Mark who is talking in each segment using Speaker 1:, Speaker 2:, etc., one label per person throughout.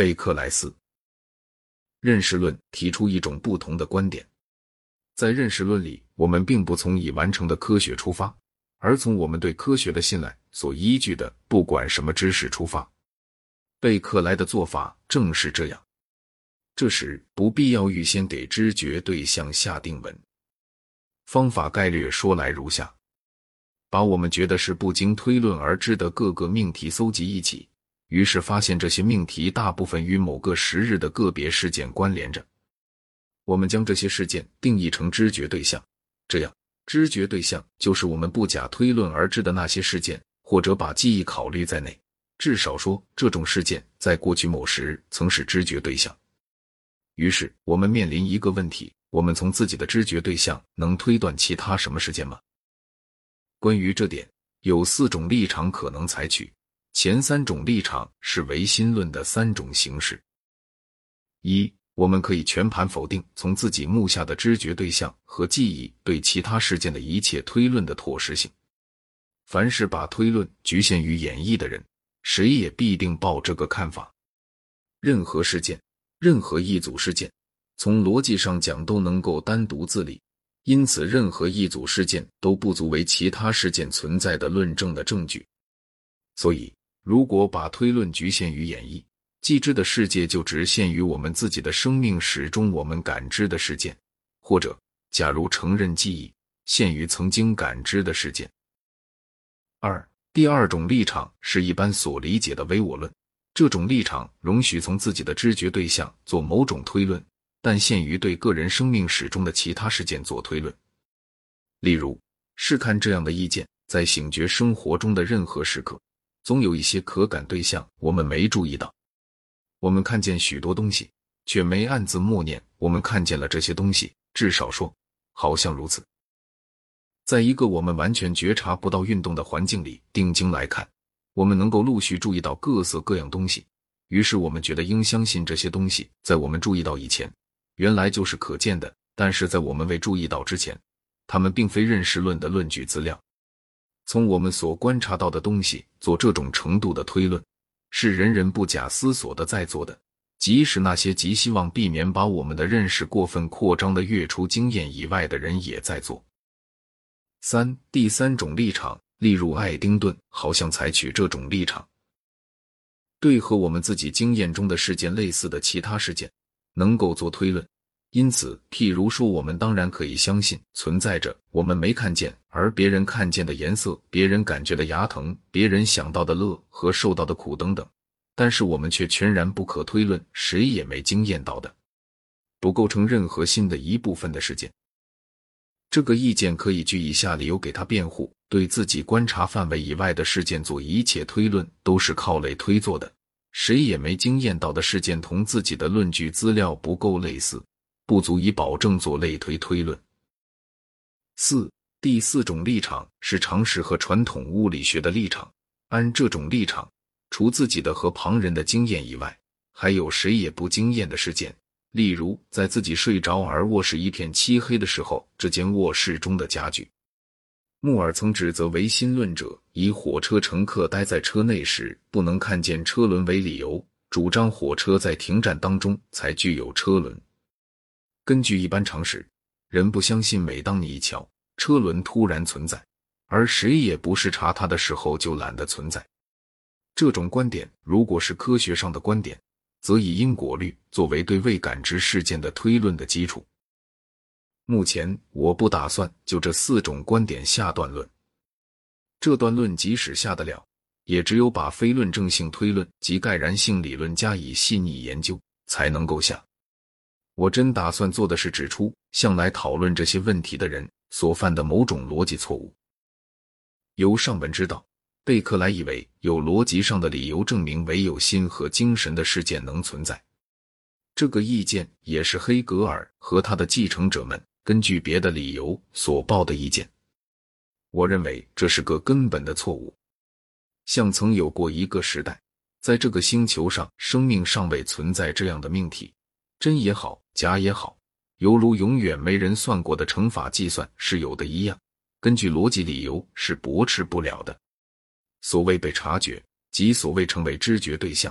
Speaker 1: 贝克莱斯。认识论提出一种不同的观点，在认识论里，我们并不从已完成的科学出发，而从我们对科学的信赖所依据的不管什么知识出发。贝克莱的做法正是这样，这时不必要预先给知觉对象下定文。方法概略说来如下：把我们觉得是不经推论而知的各个命题搜集一起，于是发现这些命题大部分与某个时日的个别事件关联着。我们将这些事件定义成知觉对象，这样知觉对象就是我们不假推论而知的那些事件，或者把记忆考虑在内，至少说这种事件在过去某时曾是知觉对象。于是我们面临一个问题，我们从自己的知觉对象能推断其他什么事件吗？关于这点，有4种立场可能采取，前3种立场是唯心论的3种形式。一，我们可以全盘否定从自己目下的知觉对象和记忆对其他事件的一切推论的妥适性。凡是把推论局限于演绎的人，谁也必定抱这个看法。任何事件，任何一组事件，从逻辑上讲都能够单独自立，因此任何一组事件都不足为其他事件存在的论证的证据。所以，如果把推论局限于演绎，既知的世界就只限于我们自己的生命史中我们感知的事件，或者，假如承认记忆，限于曾经感知的事件。2，第2种立场是一般所理解的唯我论，这种立场容许从自己的知觉对象做某种推论，但限于对个人生命史中的其他事件做推论。例如，试看这样的意见，在醒觉生活中的任何时刻，总有一些可感对象我们没注意到。我们看见许多东西，却没暗自默念我们看见了这些东西，至少说，好像如此。在一个我们完全觉察不到运动的环境里定睛来看，我们能够陆续注意到各色各样东西，于是我们觉得应相信这些东西在我们注意到以前，原来就是可见的，但是在我们未注意到之前，它们并非认识论的论据资料。从我们所观察到的东西做这种程度的推论，是人人不假思索地在做的，即使那些极希望避免把我们的认识过分扩张的跃出经验以外的人也在做。3，第3种立场，例如爱丁顿好像采取这种立场。对和我们自己经验中的事件类似的其他事件，能够做推论。因此，譬如说，我们当然可以相信存在着我们没看见而别人看见的颜色，别人感觉的牙疼，别人想到的乐和受到的苦等等，但是我们却全然不可推论谁也没经验到的，不构成任何新的一部分的事件。这个意见可以据以下理由给他辩护：对自己观察范围以外的事件做一切推论都是靠类推做的，谁也没经验到的事件同自己的论据资料不够类似，不足以保证做类推推论。4，第4种立场是常识和传统物理学的立场。按这种立场，除自己的和旁人的经验以外，还有谁也不经验的事件，例如在自己睡着而卧室一片漆黑的时候，这间卧室中的家具。穆尔曾指责唯心论者以火车乘客待在车内时不能看见车轮为理由，主张火车在停站当中才具有车轮。根据一般常识，人不相信每当你一瞧车轮突然存在，而谁也不视察它的时候就懒得存在。这种观点如果是科学上的观点，则以因果律作为对未感知事件的推论的基础。目前我不打算就这4种观点下断论，这段论即使下得了，也只有把非论证性推论及概然性理论加以细腻研究才能够下。我真打算做的是指出向来讨论这些问题的人所犯的某种逻辑错误。由上文知道，贝克莱以为有逻辑上的理由证明唯有心和精神的事件能存在，这个意见也是黑格尔和他的继承者们根据别的理由所抱的意见。我认为这是个根本的错误。像曾有过一个时代，在这个星球上生命尚未存在这样的命题，真也好，假也好，犹如永远没人算过的乘法计算是有的一样，根据逻辑理由是驳斥不了的。所谓被察觉，即所谓成为知觉对象，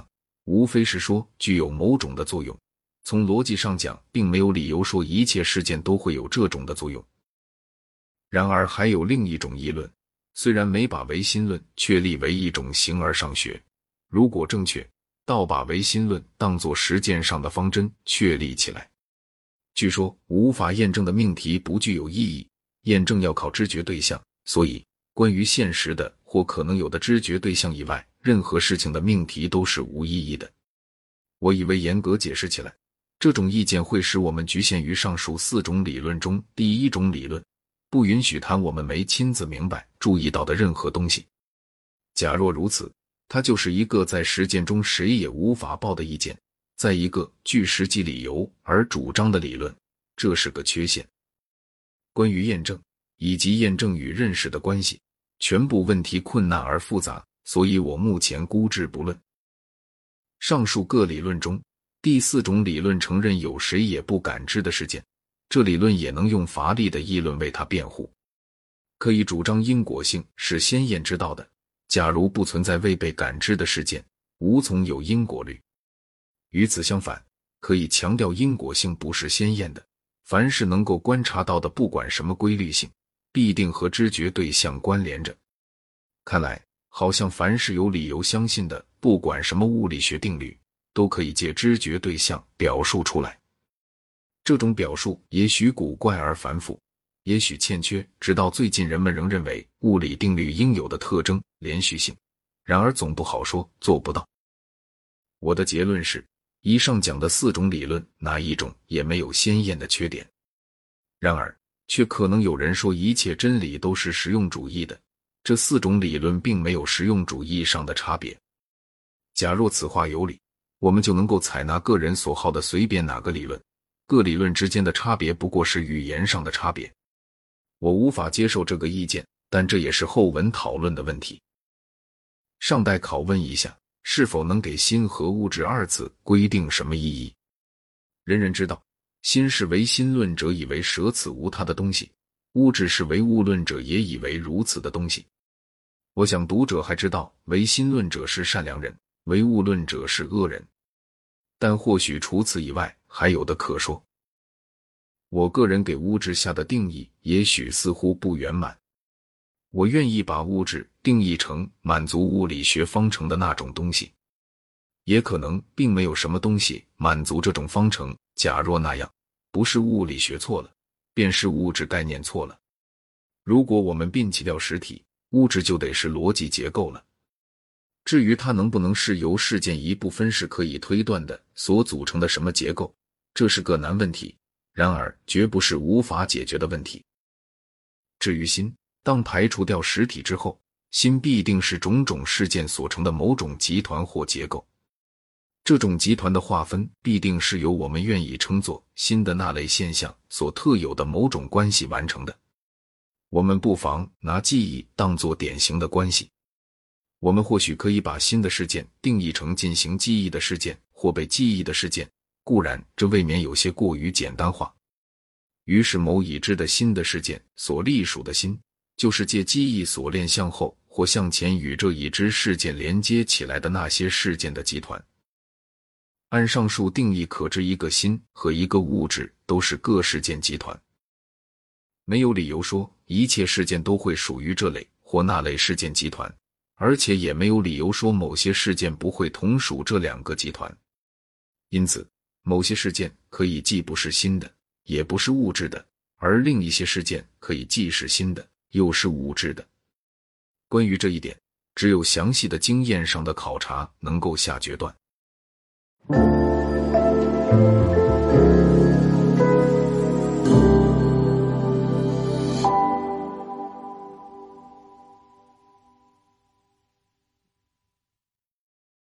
Speaker 1: 无非是说具有某种的作用，从逻辑上讲，并没有理由说一切事件都会有这种的作用。然而还有另一种议论，虽然没把唯心论确立为一种形而上学，如果正确，倒把唯心论当作实践上的方针确立起来。据说无法验证的命题不具有意义，验证要靠知觉对象，所以关于现实的或可能有的知觉对象以外，任何事情的命题都是无意义的。我以为严格解释起来，这种意见会使我们局限于上述4种理论中第一种理论，不允许谈我们没亲自明白注意到的任何东西。假若如此，它就是一个在实践中谁也无法抱的意见，在一个据实际理由而主张的理论，这是个缺陷。关于验证以及验证与认识的关系，全部问题困难而复杂，所以我目前孤置不论。上述各理论中，第4种理论承认有谁也不感知的事件，这理论也能用乏力的议论为它辩护。可以主张因果性是先验之道的，假如不存在未被感知的事件，无从有因果律。与此相反，可以强调因果性不是先验的，凡是能够观察到的不管什么规律性，必定和知觉对象关联着。看来好像凡是有理由相信的，不管什么物理学定律，都可以借知觉对象表述出来。这种表述也许古怪而繁复，也许欠缺直到最近人们仍认为物理定律应有的特征连续性，然而总不好说做不到。我的结论是，以上讲的4种理论哪一种也没有鲜艳的缺点。然而却可能有人说一切真理都是实用主义的，这4种理论并没有实用主义上的差别。假若此话有理，我们就能够采纳个人所好的随便哪个理论，各理论之间的差别不过是语言上的差别。我无法接受这个意见，但这也是后文讨论的问题。尚待拷问一下，是否能给心和物质二字规定什么意义？人人知道，心是唯心论者以为舍此无他的东西，物质是唯物论者也以为如此的东西。我想读者还知道，唯心论者是善良人，唯物论者是恶人。但或许除此以外还有的可说。我个人给物质下的定义也许似乎不圆满。我愿意把物质定义成满足物理学方程的那种东西，也可能并没有什么东西满足这种方程。假若那样，不是物理学错了，便是物质概念错了。如果我们摒弃掉实体，物质就得是逻辑结构了。至于它能不能是由事件一部分是可以推断的所组成的什么结构，这是个难问题，然而绝不是无法解决的问题。至于心，当排除掉实体之后，心必定是种种事件所成的某种集团或结构。这种集团的划分必定是由我们愿意称作心的那类现象所特有的某种关系完成的。我们不妨拿记忆当作典型的关系。我们或许可以把新的事件定义成进行记忆的事件或被记忆的事件，固然这未免有些过于简单化。于是某已知的新的事件所隶属的心，就是借记忆所链向后或向前与这已知事件连接起来的那些事件的集团。按上述定义可知，一个心和一个物质都是各事件集团。没有理由说一切事件都会属于这类或那类事件集团，而且也没有理由说某些事件不会同属这2个集团。因此，某些事件可以既不是心的，也不是物质的，而另一些事件可以既是心的，又是物质的。关于这一点，只有详细的经验上的考察能够下决断。